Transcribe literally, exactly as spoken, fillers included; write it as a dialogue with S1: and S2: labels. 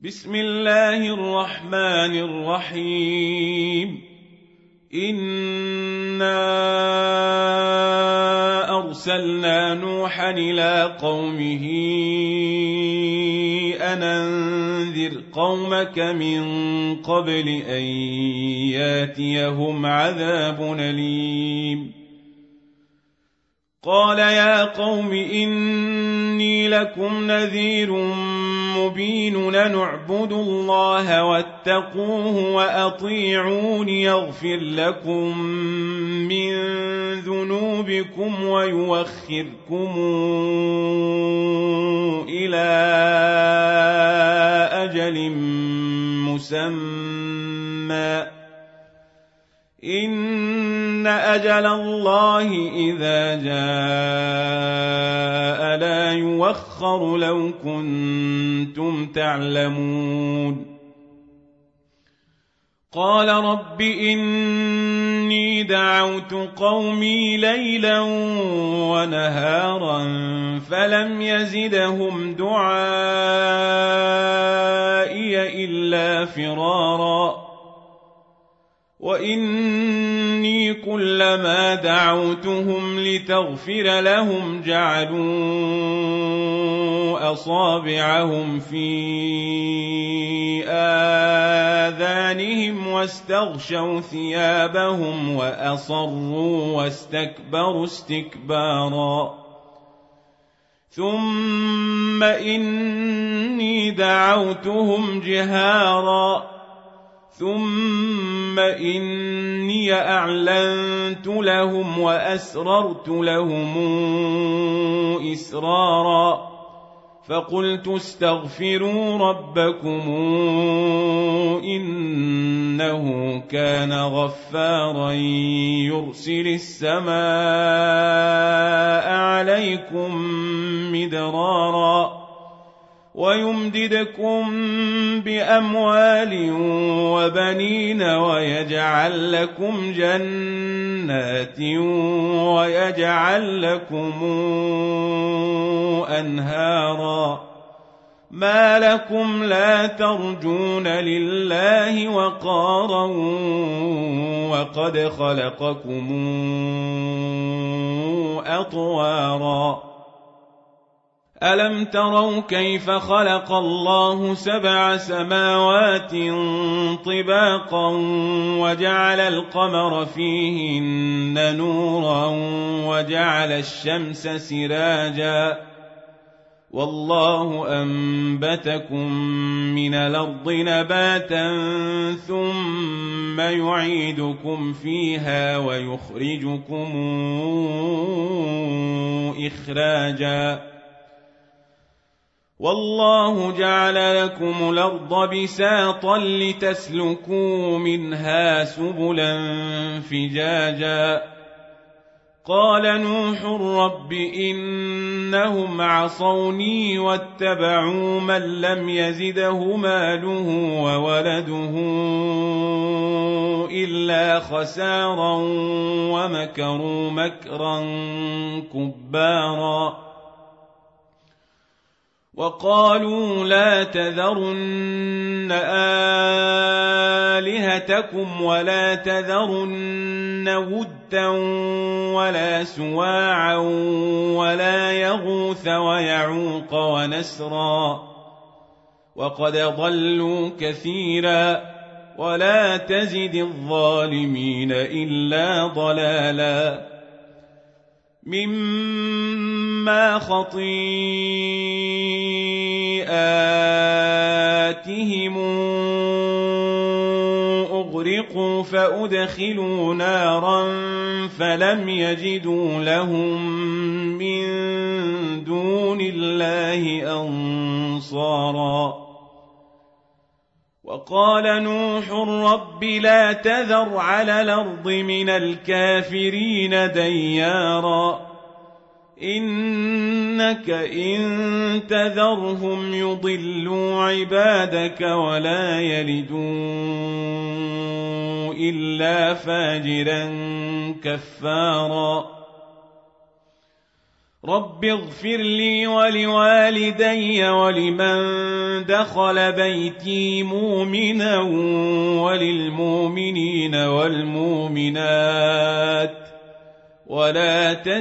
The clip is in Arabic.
S1: بسم الله الرحمن الرحيم. إنا أرسلنا نوحا إلى قومه أن أنذر قومك من قبل أن ياتيهم عذاب أليم. قال يا قوم إني لكم نذير مبين أن اعبدوا الله واتقوه وأطيعون يغفر لكم من ذنوبكم ويوخركم إلى أجل مسمى إن أجل الله إذا جاء لا يوخر لو كنتم تعلمون. قال رب إني دعوت قومي ليلا ونهارا فلم يزدهم دعائي إلا فرارا وإني كلما دعوتهم لتغفر لهم جعلوا أصابعهم في آذانهم واستغشوا ثيابهم وأصروا واستكبروا استكبارا ثم إني دعوتهم جهارا ثم إني أعلنت لهم وأسررت لهم إسرارا فقلت استغفروا ربكم إنه كان غفارا يرسل السماء عليكم مدرارا ويمددكم بأموال وبنين ويجعل لكم جنات ويجعل لكم أنهارا ما لكم لا ترجون لله وقارا وقد خلقكم أطوارا ألم تروا كيف خلق الله سبع سماوات طباقا وجعل القمر فيهن نورا وجعل الشمس سراجا والله أنبتكم من الأرض نباتا ثم يعيدكم فيها ويخرجكم إخراجا والله جعل لكم الأرض بساطا لتسلكوا منها سبلا فجاجا قال نوح رب إنهم عصوني واتبعوا من لم يزده ماله وولده إلا خسارا ومكروا مكرا كبارا وقالوا لا تذرن آلهتكم ولا تذرن ودا ولا سواعا ولا يغوث ويعوق ونسرا وقد ضلوا كثيرا ولا تزد الظالمين إلا ضلالا مما خطيئاتهم أغرقوا فأدخلوا نارا فلم يجدوا لهم من دون الله أنصارا وقال نوح رب لا تذر على الأرض من الكافرين ديارا إنك إن تذرهم يضلوا عبادك ولا يلدوا إلا فاجرا كفارا رب اغفر لي ولوالدي ولمن دخل بيتي مؤمنا وللمؤمنين والمؤمنات ولا